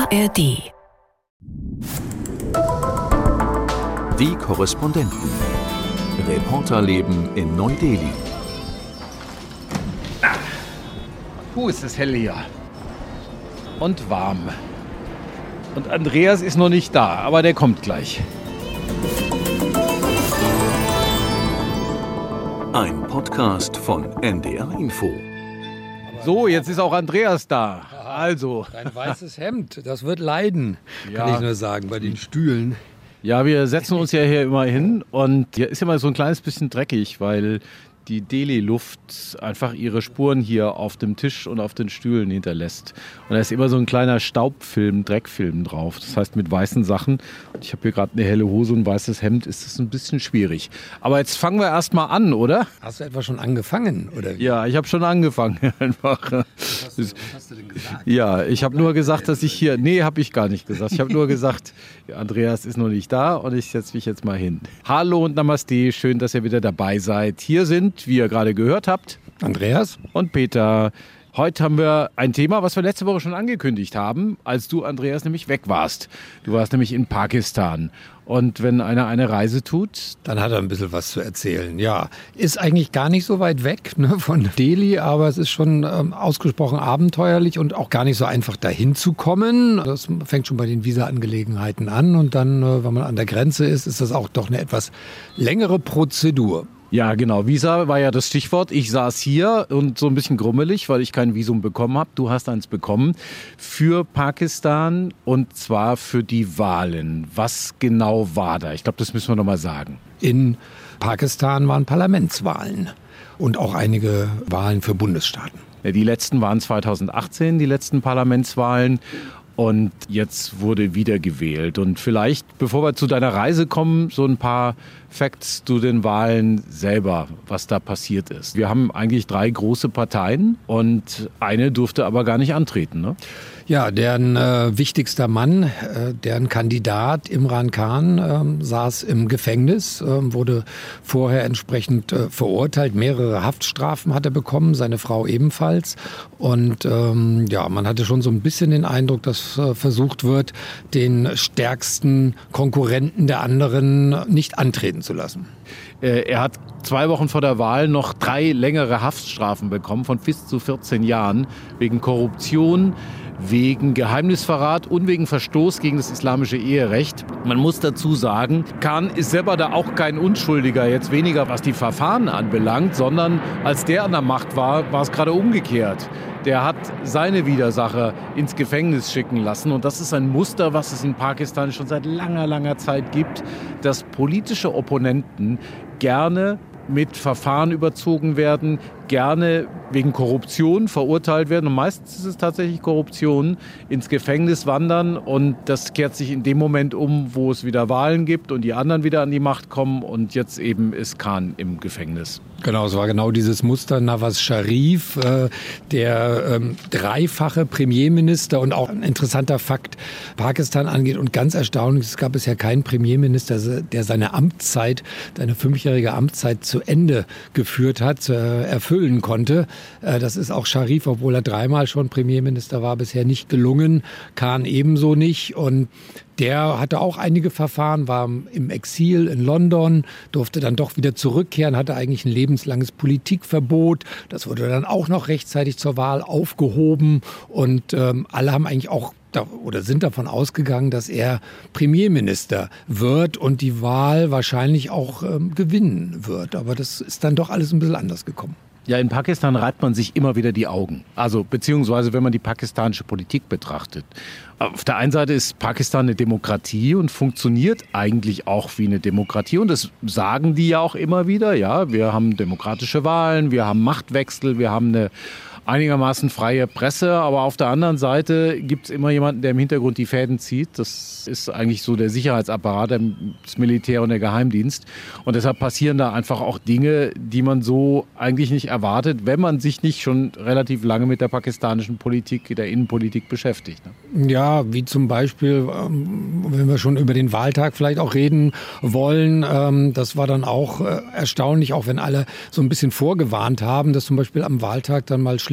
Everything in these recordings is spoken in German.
ARD. Die Korrespondenten. Reporterleben in Neu-Delhi. Ist es hell hier. Und warm. Und Andreas ist noch nicht da, aber der kommt gleich. Ein Podcast von NDR Info. So, jetzt ist auch Andreas da. Also. Dein weißes Hemd, das wird leiden, kann ich nur sagen, bei den Stühlen. Ja, wir setzen uns ja hier immer hin und hier ist immer so ein kleines bisschen dreckig, weil die Delhi-Luft einfach ihre Spuren hier auf dem Tisch und auf den Stühlen hinterlässt. Und da ist immer so ein kleiner Staubfilm, Dreckfilm drauf. Das heißt mit weißen Sachen. Und ich habe hier gerade eine helle Hose und ein weißes Hemd. Ist das ein bisschen schwierig. Aber jetzt fangen wir erst mal an, oder? Hast du etwa schon angefangen, oder wie? Ja, ich habe schon angefangen. Einfach. Was hast du denn gesagt? Ja, ich habe nur gesagt, dass ich hier... Nee, habe ich gar nicht gesagt. Ich habe nur gesagt, Andreas ist noch nicht da und ich setze mich jetzt mal hin. Hallo und Namaste, schön, dass ihr wieder dabei seid. Hier sind, wie ihr gerade gehört habt, Andreas und Peter. Heute haben wir ein Thema, was wir letzte Woche schon angekündigt haben, als du, Andreas, nämlich weg warst. Du warst nämlich in Pakistan. Und wenn einer eine Reise tut, dann hat er ein bisschen was zu erzählen. Ja, ist eigentlich gar nicht so weit weg, ne, von Delhi, aber es ist schon ausgesprochen abenteuerlich und auch gar nicht so einfach dahin zu kommen. Das fängt schon bei den Visa-Angelegenheiten an und dann, wenn man an der Grenze ist das auch doch eine etwas längere Prozedur. Ja, genau. Visa war ja das Stichwort. Ich saß hier und so ein bisschen grummelig, weil ich kein Visum bekommen habe. Du hast eins bekommen für Pakistan und zwar für die Wahlen. Was genau war da? Ich glaube, das müssen wir noch mal sagen. In Pakistan waren Parlamentswahlen und auch einige Wahlen für Bundesstaaten. Ja, die letzten waren 2018, die letzten Parlamentswahlen. Und jetzt wurde wieder gewählt. Und vielleicht, bevor wir zu deiner Reise kommen, so ein paar Facts zu den Wahlen selber, was da passiert ist. Wir haben eigentlich 3 große Parteien und eine durfte aber gar nicht antreten, ne? Ja, deren wichtigster Mann, deren Kandidat Imran Khan saß im Gefängnis, wurde vorher entsprechend verurteilt. Mehrere Haftstrafen hat er bekommen, seine Frau ebenfalls. Und man hatte schon so ein bisschen den Eindruck, dass versucht wird, den stärksten Konkurrenten der anderen nicht antreten zu lassen. Er hat 2 Wochen vor der Wahl noch 3 längere Haftstrafen bekommen von bis zu 14 Jahren wegen Korruption, wegen Geheimnisverrat und wegen Verstoß gegen das islamische Eherecht. Man muss dazu sagen, Khan ist selber da auch kein Unschuldiger, jetzt weniger was die Verfahren anbelangt, sondern als der an der Macht war, war es gerade umgekehrt. Der hat seine Widersacher ins Gefängnis schicken lassen und das ist ein Muster, was es in Pakistan schon seit langer, langer Zeit gibt, dass politische Opponenten gerne mit Verfahren überzogen werden, gerne wegen Korruption verurteilt werden und meistens ist es tatsächlich Korruption, ins Gefängnis wandern und das kehrt sich in dem Moment um, wo es wieder Wahlen gibt und die anderen wieder an die Macht kommen und jetzt eben ist Khan im Gefängnis. Genau, es war genau dieses Muster. Nawaz Sharif, der dreifache Premierminister und auch ein interessanter Fakt Pakistan angeht und ganz erstaunlich, es gab bisher keinen Premierminister, der seine Amtszeit, seine 5-jährige Amtszeit zu Ende geführt hat, erfüllen konnte. Das ist auch Sharif, obwohl er 3-mal schon Premierminister war, bisher nicht gelungen. Khan ebenso nicht und der hatte auch einige Verfahren, war im Exil in London, durfte dann doch wieder zurückkehren, hatte eigentlich ein lebenslanges Politikverbot. Das wurde dann auch noch rechtzeitig zur Wahl aufgehoben und alle haben eigentlich auch oder sind davon ausgegangen, dass er Premierminister wird und die Wahl wahrscheinlich auch gewinnen wird. Aber das ist dann doch alles ein bisschen anders gekommen. Ja, in Pakistan reibt man sich immer wieder die Augen. Also beziehungsweise wenn man die pakistanische Politik betrachtet. Auf der einen Seite ist Pakistan eine Demokratie und funktioniert eigentlich auch wie eine Demokratie. Und das sagen die ja auch immer wieder. Ja, wir haben demokratische Wahlen, wir haben Machtwechsel, wir haben eine einigermaßen freie Presse, aber auf der anderen Seite gibt es immer jemanden, der im Hintergrund die Fäden zieht. Das ist eigentlich so der Sicherheitsapparat, das Militär und der Geheimdienst. Und deshalb passieren da einfach auch Dinge, die man so eigentlich nicht erwartet, wenn man sich nicht schon relativ lange mit der pakistanischen Politik, der Innenpolitik beschäftigt. Ja, wie zum Beispiel, wenn wir schon über den Wahltag vielleicht auch reden wollen, das war dann auch erstaunlich, auch wenn alle so ein bisschen vorgewarnt haben, dass zum Beispiel am Wahltag dann mal schlicht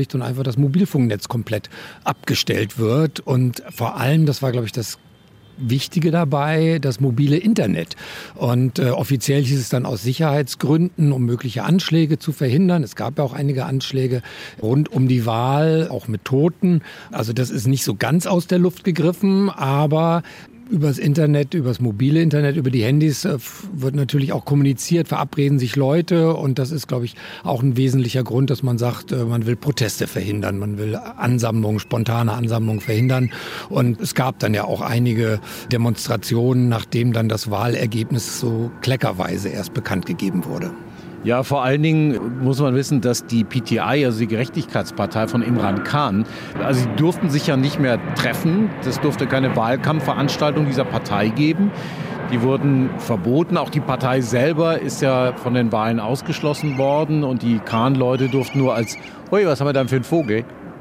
schlicht und einfach das Mobilfunknetz komplett abgestellt wird. Und vor allem, das war, glaube ich, das Wichtige dabei, das mobile Internet. Und offiziell hieß es dann aus Sicherheitsgründen, um mögliche Anschläge zu verhindern. Es gab ja auch einige Anschläge rund um die Wahl, auch mit Toten. Also das ist nicht so ganz aus der Luft gegriffen, aber übers Internet, übers mobile Internet, über die Handys wird natürlich auch kommuniziert, verabreden sich Leute und das ist, glaube ich, auch ein wesentlicher Grund, dass man sagt, man will Proteste verhindern, man will Ansammlungen, spontane Ansammlungen verhindern und es gab dann ja auch einige Demonstrationen, nachdem dann das Wahlergebnis so kleckerweise erst bekannt gegeben wurde. Ja, vor allen Dingen muss man wissen, dass die PTI, also die Gerechtigkeitspartei von Imran Khan, also sie durften sich ja nicht mehr treffen. Es durfte keine Wahlkampfveranstaltung dieser Partei geben. Die wurden verboten. Auch die Partei selber ist ja von den Wahlen ausgeschlossen worden. Und die Khan-Leute durften nur als, ui, was haben wir da für einen Vogel?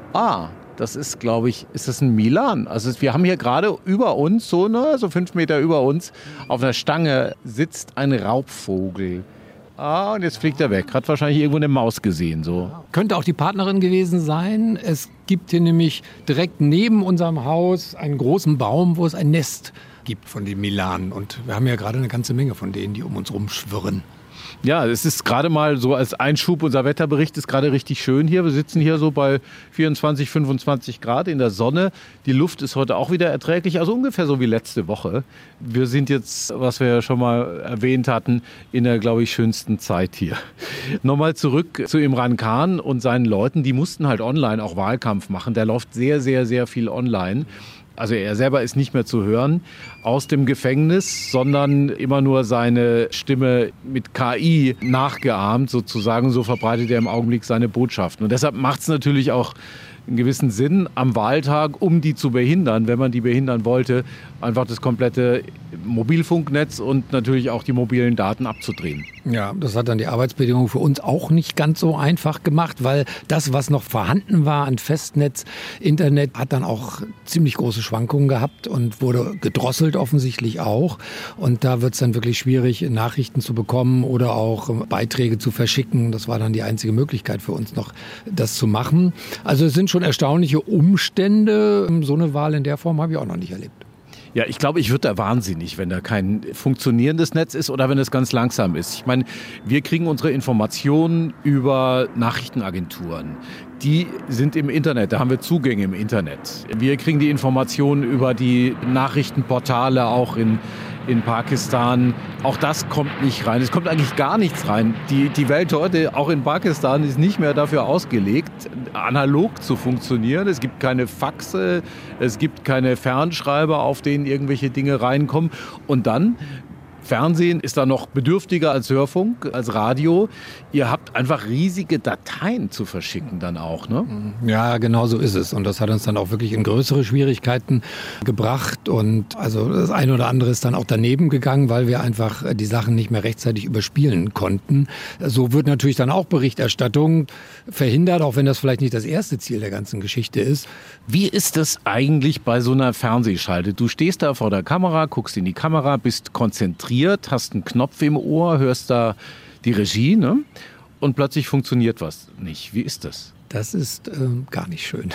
Das ist, glaube ich, ist das ein Milan? Also wir haben hier gerade über uns, so 5 Meter über uns, auf einer Stange sitzt ein Raubvogel. Und jetzt fliegt er weg. Hat wahrscheinlich irgendwo eine Maus gesehen. So. Könnte auch die Partnerin gewesen sein. Es gibt hier nämlich direkt neben unserem Haus einen großen Baum, wo es ein Nest gibt von den Milanen. Und wir haben ja gerade eine ganze Menge von denen, die um uns rumschwirren. Ja, es ist gerade mal so als Einschub, unser Wetterbericht ist gerade richtig schön hier. Wir sitzen hier so bei 24, 25 Grad in der Sonne. Die Luft ist heute auch wieder erträglich, also ungefähr so wie letzte Woche. Wir sind jetzt, was wir ja schon mal erwähnt hatten, in der, glaube ich, schönsten Zeit hier. Nochmal zurück zu Imran Khan und seinen Leuten. Die mussten halt online auch Wahlkampf machen. Der läuft sehr, sehr, sehr viel online. Also er selber ist nicht mehr zu hören aus dem Gefängnis, sondern immer nur seine Stimme mit KI nachgeahmt sozusagen. So verbreitet er im Augenblick seine Botschaften. Und deshalb macht es natürlich auch einen gewissen Sinn am Wahltag, um die zu behindern, wenn man die behindern wollte, einfach das komplette Mobilfunknetz und natürlich auch die mobilen Daten abzudrehen. Ja, das hat dann die Arbeitsbedingungen für uns auch nicht ganz so einfach gemacht, weil das, was noch vorhanden war an Festnetz, Internet, hat dann auch ziemlich große Schwankungen gehabt und wurde gedrosselt offensichtlich auch. Und da wird es dann wirklich schwierig, Nachrichten zu bekommen oder auch Beiträge zu verschicken. Das war dann die einzige Möglichkeit für uns noch, das zu machen. Also es sind schon erstaunliche Umstände. So eine Wahl in der Form habe ich auch noch nicht erlebt. Ja, ich glaube, ich würde da wahnsinnig, wenn da kein funktionierendes Netz ist oder wenn es ganz langsam ist. Ich meine, wir kriegen unsere Informationen über Nachrichtenagenturen. Die sind im Internet, da haben wir Zugänge im Internet. Wir kriegen die Informationen über die Nachrichtenportale auch in Pakistan. Auch das kommt nicht rein. Es kommt eigentlich gar nichts rein. Die Welt heute, auch in Pakistan, ist nicht mehr dafür ausgelegt, analog zu funktionieren. Es gibt keine Faxe, es gibt keine Fernschreiber, auf denen irgendwelche Dinge reinkommen. Und dann Fernsehen ist da noch bedürftiger als Hörfunk, als Radio. Ihr habt einfach riesige Dateien zu verschicken dann auch, ne? Ja, genau so ist es. Und das hat uns dann auch wirklich in größere Schwierigkeiten gebracht. Und also das eine oder andere ist dann auch daneben gegangen, weil wir einfach die Sachen nicht mehr rechtzeitig überspielen konnten. So wird natürlich dann auch Berichterstattung verhindert, auch wenn das vielleicht nicht das erste Ziel der ganzen Geschichte ist. Wie ist das eigentlich bei so einer Fernsehschalte? Du stehst da vor der Kamera, guckst in die Kamera, bist konzentriert, hast einen Knopf im Ohr, hörst da die Regie, ne? Und plötzlich funktioniert was nicht. Wie ist das? Das ist gar nicht schön.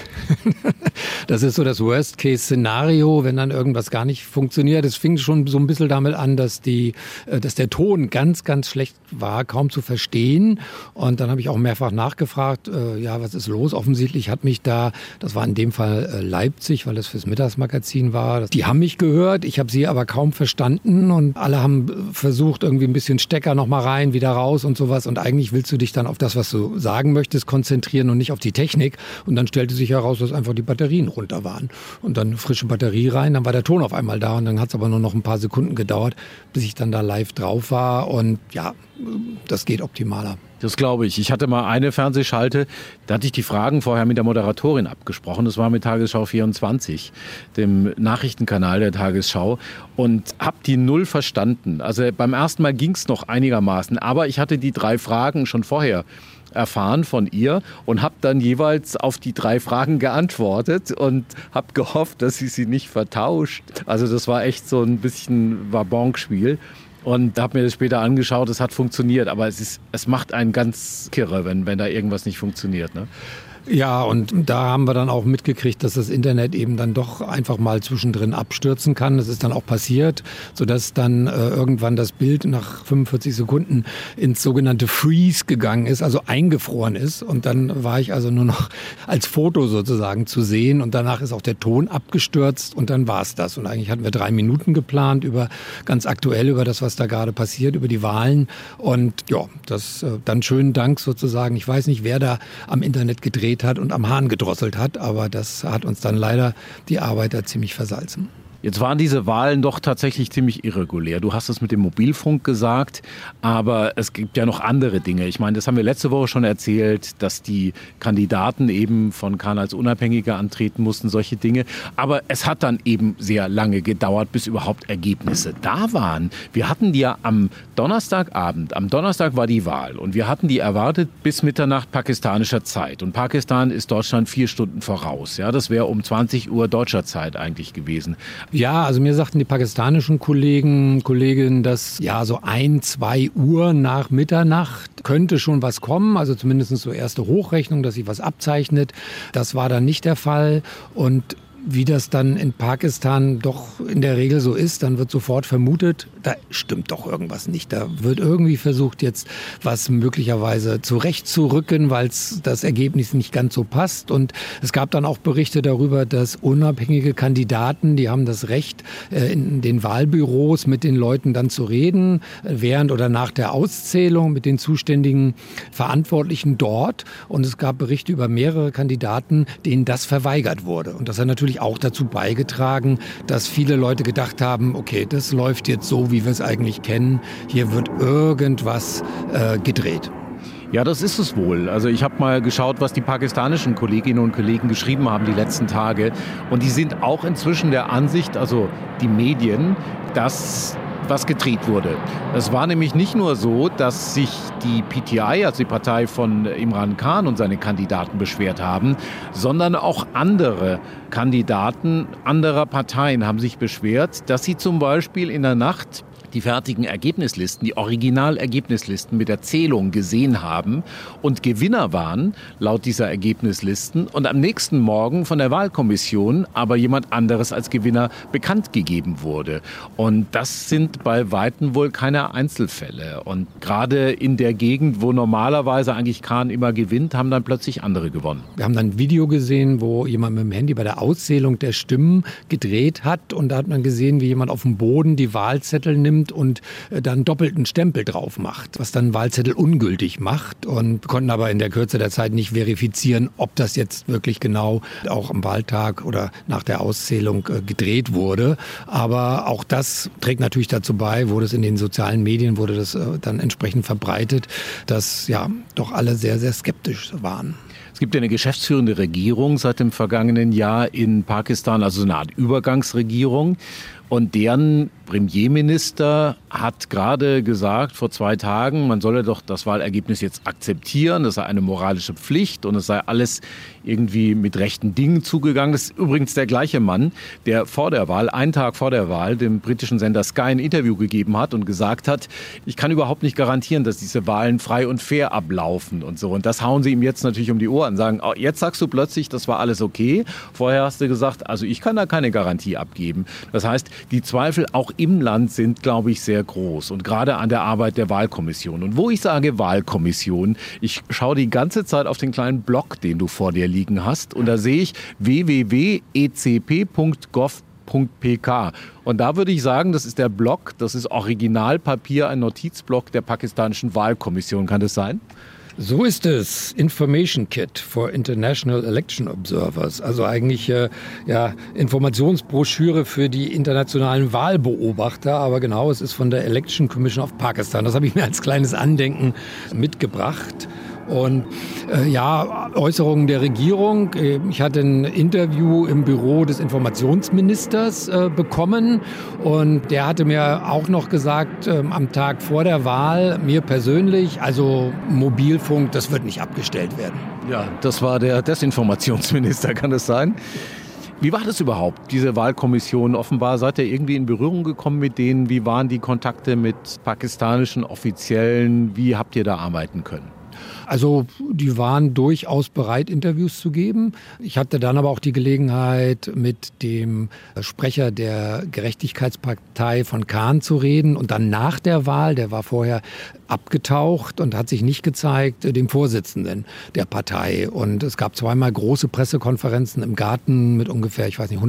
Das ist so das Worst-Case-Szenario, wenn dann irgendwas gar nicht funktioniert. Es fing schon so ein bisschen damit an, dass der Ton ganz, ganz schlecht war, kaum zu verstehen. Und dann habe ich auch mehrfach nachgefragt, was ist los? Offensichtlich hat mich da, das war in dem Fall Leipzig, weil das fürs Mittagsmagazin war, die haben mich gehört, ich habe sie aber kaum verstanden und alle haben versucht, irgendwie ein bisschen Stecker noch mal rein, wieder raus und sowas. Und eigentlich willst du dich dann auf das, was du sagen möchtest, konzentrieren und nicht auf die Technik. Und dann stellte sich heraus, dass einfach die Batterien runter waren. Und dann frische Batterie rein, dann war der Ton auf einmal da. Und dann hat es aber nur noch ein paar Sekunden gedauert, bis ich dann da live drauf war. Und ja, das geht optimaler. Das glaube ich. Ich hatte mal eine Fernsehschalte, da hatte ich die Fragen vorher mit der Moderatorin abgesprochen. Das war mit Tagesschau 24, dem Nachrichtenkanal der Tagesschau. Und habe die null verstanden. Also beim ersten Mal ging es noch einigermaßen. Aber ich hatte die 3 Fragen schon vorher erfahren von ihr und habe dann jeweils auf die 3 Fragen geantwortet und habe gehofft, dass sie nicht vertauscht. Also das war echt so ein bisschen Wabonspiel. Und habe mir das später angeschaut, es hat funktioniert, aber es macht einen ganz kirre, wenn da irgendwas nicht funktioniert, ne? Ja, und da haben wir dann auch mitgekriegt, dass das Internet eben dann doch einfach mal zwischendrin abstürzen kann. Das ist dann auch passiert, sodass dann irgendwann das Bild nach 45 Sekunden ins sogenannte Freeze gegangen ist, also eingefroren ist. Und dann war ich also nur noch als Foto sozusagen zu sehen. Und danach ist auch der Ton abgestürzt und dann war es das. Und eigentlich hatten wir 3 Minuten geplant ganz aktuell über das, was da gerade passiert, über die Wahlen. Und ja, das dann schönen Dank sozusagen. Ich weiß nicht, wer da am Internet gedreht hat und am Hahn gedrosselt hat, aber das hat uns dann leider die Arbeit da ziemlich versalzen. Jetzt waren diese Wahlen doch tatsächlich ziemlich irregulär. Du hast es mit dem Mobilfunk gesagt, aber es gibt ja noch andere Dinge. Ich meine, das haben wir letzte Woche schon erzählt, dass die Kandidaten eben von Kahn als Unabhängiger antreten mussten, solche Dinge. Aber es hat dann eben sehr lange gedauert, bis überhaupt Ergebnisse da waren. Wir hatten die ja am Donnerstagabend, am Donnerstag war die Wahl und wir hatten die erwartet bis Mitternacht pakistanischer Zeit. Und Pakistan ist Deutschland 4 Stunden voraus. Ja, das wäre um 20 Uhr deutscher Zeit eigentlich gewesen. Ja, also mir sagten die pakistanischen Kolleginnen, dass ja so 1-2 Uhr nach Mitternacht könnte schon was kommen, also zumindest so erste Hochrechnung, dass sich was abzeichnet. Das war dann nicht der Fall und wie das dann in Pakistan doch in der Regel so ist, dann wird sofort vermutet, da stimmt doch irgendwas nicht. Da wird irgendwie versucht, jetzt was möglicherweise zurechtzurücken, weil das Ergebnis nicht ganz so passt. Und es gab dann auch Berichte darüber, dass unabhängige Kandidaten, die haben das Recht, in den Wahlbüros mit den Leuten dann zu reden, während oder nach der Auszählung mit den zuständigen Verantwortlichen dort. Und es gab Berichte über mehrere Kandidaten, denen das verweigert wurde. Und das hat natürlich auch dazu beigetragen, dass viele Leute gedacht haben, okay, das läuft jetzt so, wie wir es eigentlich kennen. Hier wird irgendwas gedreht. Ja, das ist es wohl. Also ich habe mal geschaut, was die pakistanischen Kolleginnen und Kollegen geschrieben haben die letzten Tage. Und die sind auch inzwischen der Ansicht, also die Medien, dass was gedreht wurde. Es war nämlich nicht nur so, dass sich die PTI, also die Partei von Imran Khan und seine Kandidaten beschwert haben, sondern auch andere Kandidaten anderer Parteien haben sich beschwert, dass sie zum Beispiel in der Nacht die fertigen Ergebnislisten, die Originalergebnislisten mit der Zählung gesehen haben und Gewinner waren laut dieser Ergebnislisten und am nächsten Morgen von der Wahlkommission aber jemand anderes als Gewinner bekannt gegeben wurde. Und das sind bei Weitem wohl keine Einzelfälle. Und gerade in der Gegend, wo normalerweise eigentlich Khan immer gewinnt, haben dann plötzlich andere gewonnen. Wir haben dann ein Video gesehen, wo jemand mit dem Handy bei der Auszählung der Stimmen gedreht hat und da hat man gesehen, wie jemand auf dem Boden die Wahlzettel nimmt und dann doppelten Stempel drauf macht, was dann Wahlzettel ungültig macht und konnten aber in der Kürze der Zeit nicht verifizieren, ob das jetzt wirklich genau auch am Wahltag oder nach der Auszählung gedreht wurde. Aber auch das trägt natürlich dazu bei, wurde es in den sozialen Medien, wurde das dann entsprechend verbreitet, dass ja doch alle sehr, sehr skeptisch waren. Es gibt ja eine geschäftsführende Regierung seit dem vergangenen Jahr in Pakistan, also eine Art Übergangsregierung. Und deren Premierminister hat gerade gesagt, vor 2 Tagen, man solle doch das Wahlergebnis jetzt akzeptieren, das sei eine moralische Pflicht und es sei alles irgendwie mit rechten Dingen zugegangen. Das ist übrigens der gleiche Mann, der vor der Wahl, einen Tag vor der Wahl, dem britischen Sender Sky ein Interview gegeben hat und gesagt hat, ich kann überhaupt nicht garantieren, dass diese Wahlen frei und fair ablaufen und so. Und das hauen sie ihm jetzt natürlich um die Ohren, sagen, oh, jetzt sagst du plötzlich, das war alles okay. Vorher hast du gesagt, also ich kann da keine Garantie abgeben. Das heißt, die Zweifel auch im Land sind, glaube ich, sehr groß und gerade an der Arbeit der Wahlkommission. Und wo ich sage Wahlkommission, ich schaue die ganze Zeit auf den kleinen Block, den du vor dir liegen hast und da sehe ich www.ecp.gov.pk. Und da würde ich sagen, das ist der Block, das ist Originalpapier, ein Notizblock der pakistanischen Wahlkommission. Kann das sein? So ist es. Information Kit for International Election Observers. Also eigentlich Informationsbroschüre für die internationalen Wahlbeobachter. Aber genau, es ist von der Election Commission of Pakistan. Das habe ich mir als kleines Andenken mitgebracht. Und Äußerungen der Regierung. Ich hatte ein Interview im Büro des Informationsministers bekommen und der hatte mir auch noch gesagt, am Tag vor der Wahl, mir persönlich, also Mobilfunk, das wird nicht abgestellt werden. Ja, das war der Desinformationsminister, kann das sein? Wie war das überhaupt, diese Wahlkommission? Offenbar seid ihr irgendwie in Berührung gekommen mit denen. Wie waren die Kontakte mit pakistanischen Offiziellen? Wie habt ihr da arbeiten können? Also die waren durchaus bereit, Interviews zu geben. Ich hatte dann aber auch die Gelegenheit, mit dem Sprecher der Gerechtigkeitspartei von Khan zu reden und dann nach der Wahl, der war vorher abgetaucht und hat sich nicht gezeigt, dem Vorsitzenden der Partei. Und es gab zweimal große Pressekonferenzen im Garten mit ungefähr,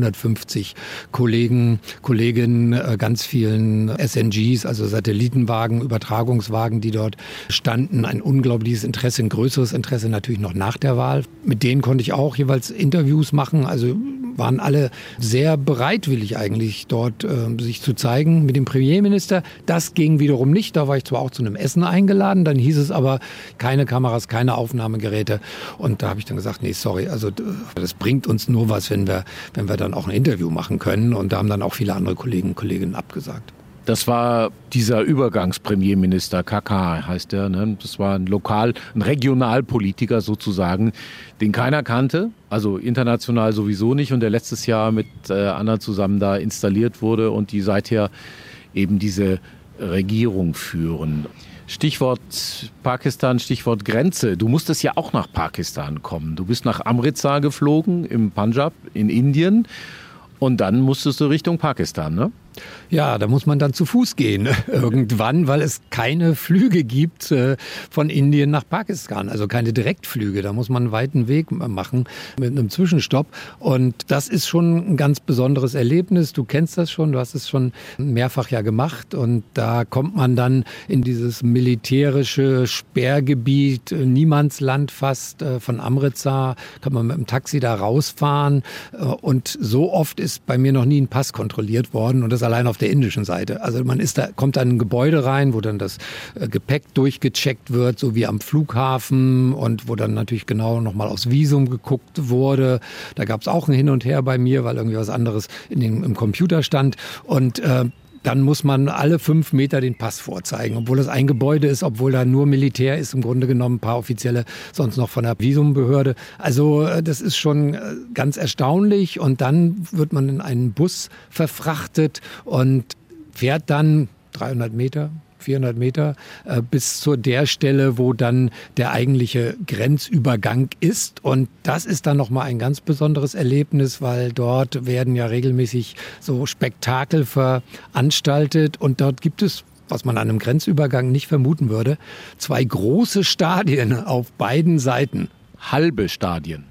150 Kollegen, Kolleginnen, ganz vielen SNGs, also Satellitenwagen, Übertragungswagen, die dort standen. Ein unglaubliches Interesse, ein größeres Interesse natürlich noch nach der Wahl. Mit denen konnte ich auch jeweils Interviews machen. Also waren alle sehr bereitwillig eigentlich dort sich zu zeigen. Mit dem Premierminister, das ging wiederum nicht. Da war ich zwar auch zu einem Essen eingeladen, dann hieß es aber keine Kameras, keine Aufnahmegeräte. Und da habe ich dann gesagt, nee, sorry, also das bringt uns nur was, wenn wir dann auch ein Interview machen können. Und da haben dann auch viele andere Kollegen und Kolleginnen abgesagt. Das war dieser Übergangspremierminister, Kaka heißt der, ne? Das war ein Regionalpolitiker sozusagen, den keiner kannte, also international sowieso nicht und der letztes Jahr mit anderen zusammen da installiert wurde und die seither eben diese Regierung führen. Stichwort Pakistan, Stichwort Grenze. Du musstest ja auch nach Pakistan kommen. Du bist nach Amritsar geflogen im Punjab in Indien und dann musstest du Richtung Pakistan, ne? Ja, da muss man dann zu Fuß gehen irgendwann, weil es keine Flüge gibt von Indien nach Pakistan, also keine Direktflüge. Da muss man einen weiten Weg machen mit einem Zwischenstopp. Und das ist schon ein ganz besonderes Erlebnis. Du kennst das schon, du hast es schon mehrfach ja gemacht. Und da kommt man dann in dieses militärische Sperrgebiet, Niemandsland fast von Amritsar, kann man mit dem Taxi da rausfahren. Und so oft ist bei mir noch nie ein Pass kontrolliert worden. Und das allein auf der indischen Seite. Also kommt dann ein Gebäude rein, wo dann das Gepäck durchgecheckt wird, so wie am Flughafen und wo dann natürlich genau nochmal aufs Visum geguckt wurde. Da gab es auch ein Hin und Her bei mir, weil irgendwie was anderes im Computer stand. Und dann muss man alle 5 Meter den Pass vorzeigen, obwohl es ein Gebäude ist, obwohl da nur Militär ist, im Grunde genommen ein paar Offizielle, sonst noch von der Visumbehörde. Also das ist schon ganz erstaunlich und dann wird man in einen Bus verfrachtet und fährt dann 300 Meter, 400 Meter bis zu der Stelle, wo dann der eigentliche Grenzübergang ist. Und das ist dann nochmal ein ganz besonderes Erlebnis, weil dort werden ja regelmäßig so Spektakel veranstaltet und dort gibt es, was man an einem Grenzübergang nicht vermuten würde, 2 große Stadien auf beiden Seiten. Halbe Stadien.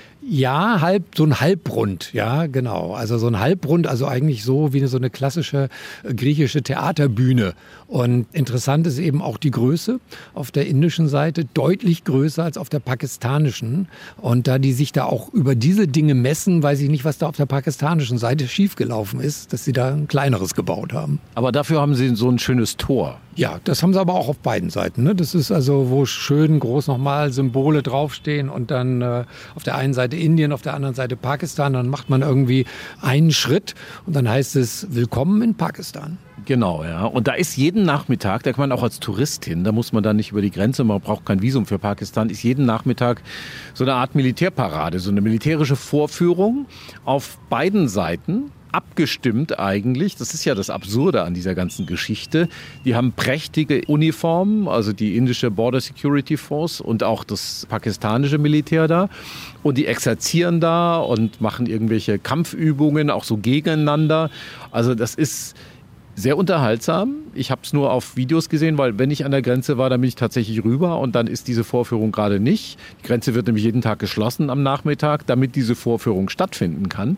Ja, so ein Halbrund, ja, genau. Also so ein Halbrund, also eigentlich so wie so eine klassische griechische Theaterbühne. Und interessant ist eben auch die Größe auf der indischen Seite, deutlich größer als auf der pakistanischen. Und da die sich da auch über diese Dinge messen, weiß ich nicht, was da auf der pakistanischen Seite schiefgelaufen ist, dass sie da ein kleineres gebaut haben. Aber dafür haben sie so ein schönes Tor. Ja, das haben sie aber auch auf beiden Seiten, ne? Das ist also, wo schön groß nochmal Symbole draufstehen und dann auf der einen Seite Indien, auf der anderen Seite Pakistan. Dann macht man irgendwie einen Schritt und dann heißt es Willkommen in Pakistan. Genau, ja. Und da ist jeden Nachmittag, da kann man auch als Tourist hin, da muss man dann nicht über die Grenze, man braucht kein Visum für Pakistan, ist jeden Nachmittag so eine Art Militärparade, so eine militärische Vorführung auf beiden Seiten. Abgestimmt eigentlich, das ist ja das Absurde an dieser ganzen Geschichte. Die haben prächtige Uniformen, also die indische Border Security Force und auch das pakistanische Militär da. Und die exerzieren da und machen irgendwelche Kampfübungen, auch so gegeneinander. Also das ist sehr unterhaltsam. Ich habe es nur auf Videos gesehen, weil wenn ich an der Grenze war, dann bin ich tatsächlich rüber und dann ist diese Vorführung gerade nicht. Die Grenze wird nämlich jeden Tag geschlossen am Nachmittag, damit diese Vorführung stattfinden kann.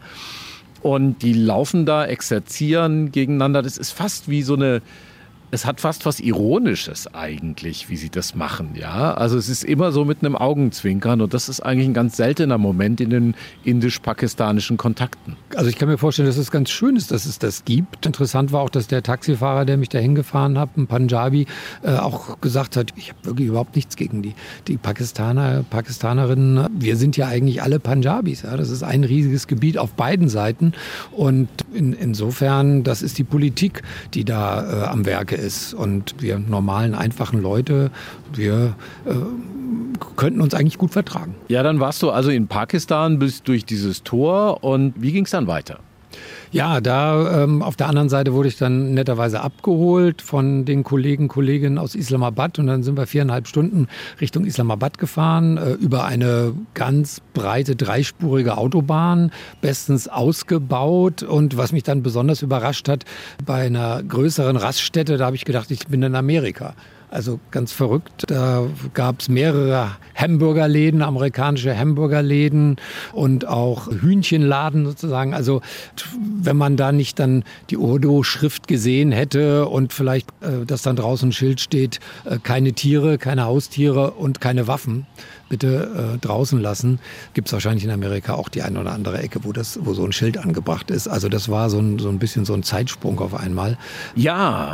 Und die laufen da, exerzieren gegeneinander. Das ist fast wie so eine, es hat fast was Ironisches eigentlich, wie sie das machen, ja. Also es ist immer so mit einem Augenzwinkern und das ist eigentlich ein ganz seltener Moment in den indisch-pakistanischen Kontakten. Also ich kann mir vorstellen, dass es ganz schön ist, dass es das gibt. Interessant war auch, dass der Taxifahrer, der mich da hingefahren hat, ein Punjabi, auch gesagt hat, ich habe wirklich überhaupt nichts gegen die Pakistanerinnen. Wir sind ja eigentlich alle Punjabis. Ja? Das ist ein riesiges Gebiet auf beiden Seiten und insofern, das ist die Politik, die da am Werke ist. Und wir normalen, einfachen Leute, wir könnten uns eigentlich gut vertragen. Ja, dann warst du also in Pakistan, bist durch dieses Tor und wie ging es dann weiter? Ja, da auf der anderen Seite wurde ich dann netterweise abgeholt von den Kolleginnen aus Islamabad und dann sind wir 4,5 Stunden Richtung Islamabad gefahren, über eine ganz breite, dreispurige Autobahn, bestens ausgebaut und was mich dann besonders überrascht hat, bei einer größeren Raststätte, da habe ich gedacht, ich bin in Amerika. Also ganz verrückt. Da gab es mehrere Hamburgerläden, amerikanische Hamburgerläden und auch Hühnchenladen sozusagen. Also wenn man da nicht dann die Urdu-Schrift gesehen hätte und vielleicht, dass dann draußen ein Schild steht, keine Tiere, keine Haustiere und keine Waffen, bitte draußen lassen, gibt es wahrscheinlich in Amerika auch die eine oder andere Ecke, wo so ein Schild angebracht ist. Also das war so ein bisschen so ein Zeitsprung auf einmal. Ja,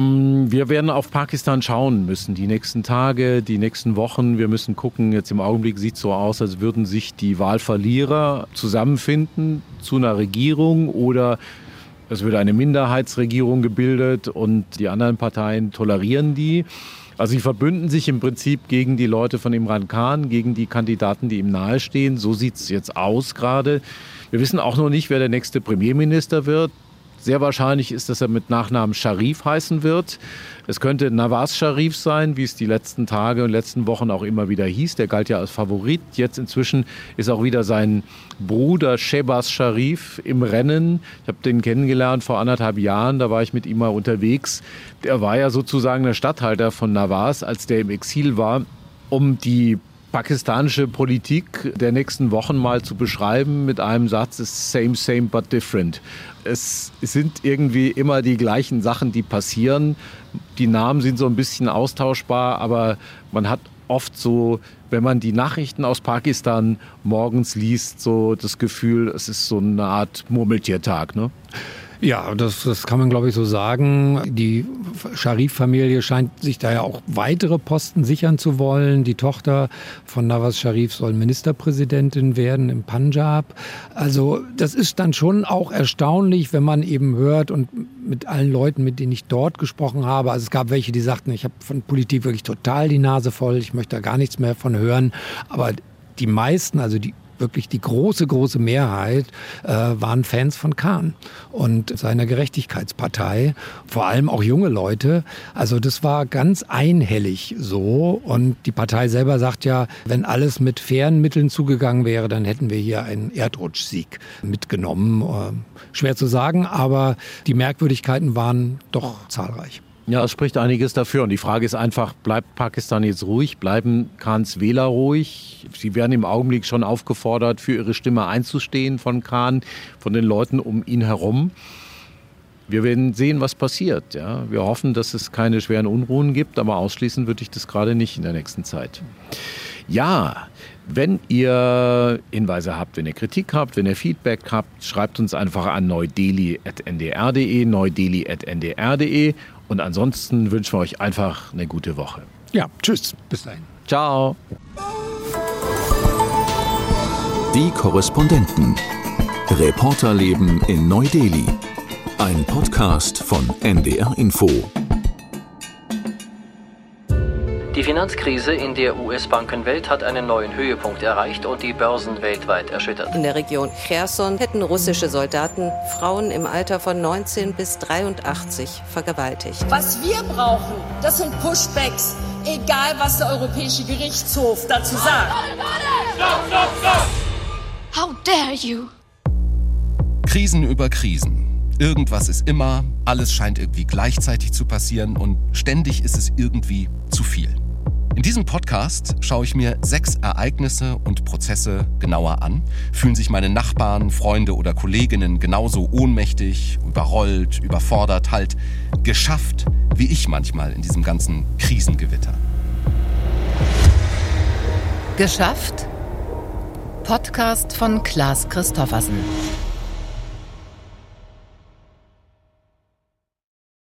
wir werden auf Pakistan schauen müssen, die nächsten Tage, die nächsten Wochen. Wir müssen gucken, jetzt im Augenblick sieht es so aus, als würden sich die Wahlverlierer zusammenfinden zu einer Regierung oder es wird eine Minderheitsregierung gebildet und die anderen Parteien tolerieren die. Also sie verbünden sich im Prinzip gegen die Leute von Imran Khan, gegen die Kandidaten, die ihm nahestehen. So sieht es jetzt aus gerade. Wir wissen auch noch nicht, wer der nächste Premierminister wird. Sehr wahrscheinlich ist, dass er mit Nachnamen Sharif heißen wird. Es könnte Nawaz Sharif sein, wie es die letzten Tage und letzten Wochen auch immer wieder hieß. Der galt ja als Favorit. Jetzt inzwischen ist auch wieder sein Bruder Shehbaz Sharif im Rennen. Ich habe den kennengelernt vor 1,5 Jahren. Da war ich mit ihm mal unterwegs. Der war ja sozusagen der Statthalter von Nawaz, als der im Exil war, um die pakistanische Politik der nächsten Wochen mal zu beschreiben mit einem Satz, ist same, same, but different. Es sind irgendwie immer die gleichen Sachen, die passieren. Die Namen sind so ein bisschen austauschbar, aber man hat oft so, wenn man die Nachrichten aus Pakistan morgens liest, so das Gefühl, es ist so eine Art Murmeltiertag, ne? Ja, das kann man, glaube ich, so sagen. Die Sharif-Familie scheint sich da ja auch weitere Posten sichern zu wollen. Die Tochter von Nawaz Sharif soll Ministerpräsidentin werden im Punjab. Also das ist dann schon auch erstaunlich, wenn man eben hört und mit allen Leuten, mit denen ich dort gesprochen habe. Also es gab welche, die sagten, ich habe von Politik wirklich total die Nase voll, ich möchte da gar nichts mehr von hören. Aber die meisten, also die große Mehrheit waren Fans von Khan und seiner Gerechtigkeitspartei, vor allem auch junge Leute. Also das war ganz einhellig so und die Partei selber sagt ja, wenn alles mit fairen Mitteln zugegangen wäre, dann hätten wir hier einen Erdrutschsieg mitgenommen. Schwer zu sagen, aber die Merkwürdigkeiten waren doch zahlreich. Ja, es spricht einiges dafür. Und die Frage ist einfach, bleibt Pakistan jetzt ruhig? Bleiben Khans Wähler ruhig? Sie werden im Augenblick schon aufgefordert, für ihre Stimme einzustehen von Khan, von den Leuten um ihn herum. Wir werden sehen, was passiert. Ja, wir hoffen, dass es keine schweren Unruhen gibt, aber ausschließen würde ich das gerade nicht in der nächsten Zeit. Ja, wenn ihr Hinweise habt, wenn ihr Kritik habt, wenn ihr Feedback habt, schreibt uns einfach an neudeli@ndr.de, neudeli@ndr.de. Und ansonsten wünschen wir euch einfach eine gute Woche. Ja, tschüss. Bis dahin. Ciao. Die Korrespondenten. Reporterleben in Neu-Delhi. Ein Podcast von NDR Info. Die Finanzkrise in der US-Bankenwelt hat einen neuen Höhepunkt erreicht und die Börsen weltweit erschüttert. In der Region Cherson hätten russische Soldaten Frauen im Alter von 19 bis 83 vergewaltigt. Was wir brauchen, das sind Pushbacks, egal was der Europäische Gerichtshof dazu sagt. Stop, stop, stop! How dare you? Krisen über Krisen. Irgendwas ist immer, alles scheint irgendwie gleichzeitig zu passieren und ständig ist es irgendwie zu viel. In diesem Podcast schaue ich mir 6 Ereignisse und Prozesse genauer an. Fühlen sich meine Nachbarn, Freunde oder Kolleginnen genauso ohnmächtig, überrollt, überfordert, halt geschafft, wie ich manchmal in diesem ganzen Krisengewitter. Geschafft? Podcast von Klaas Christoffersen.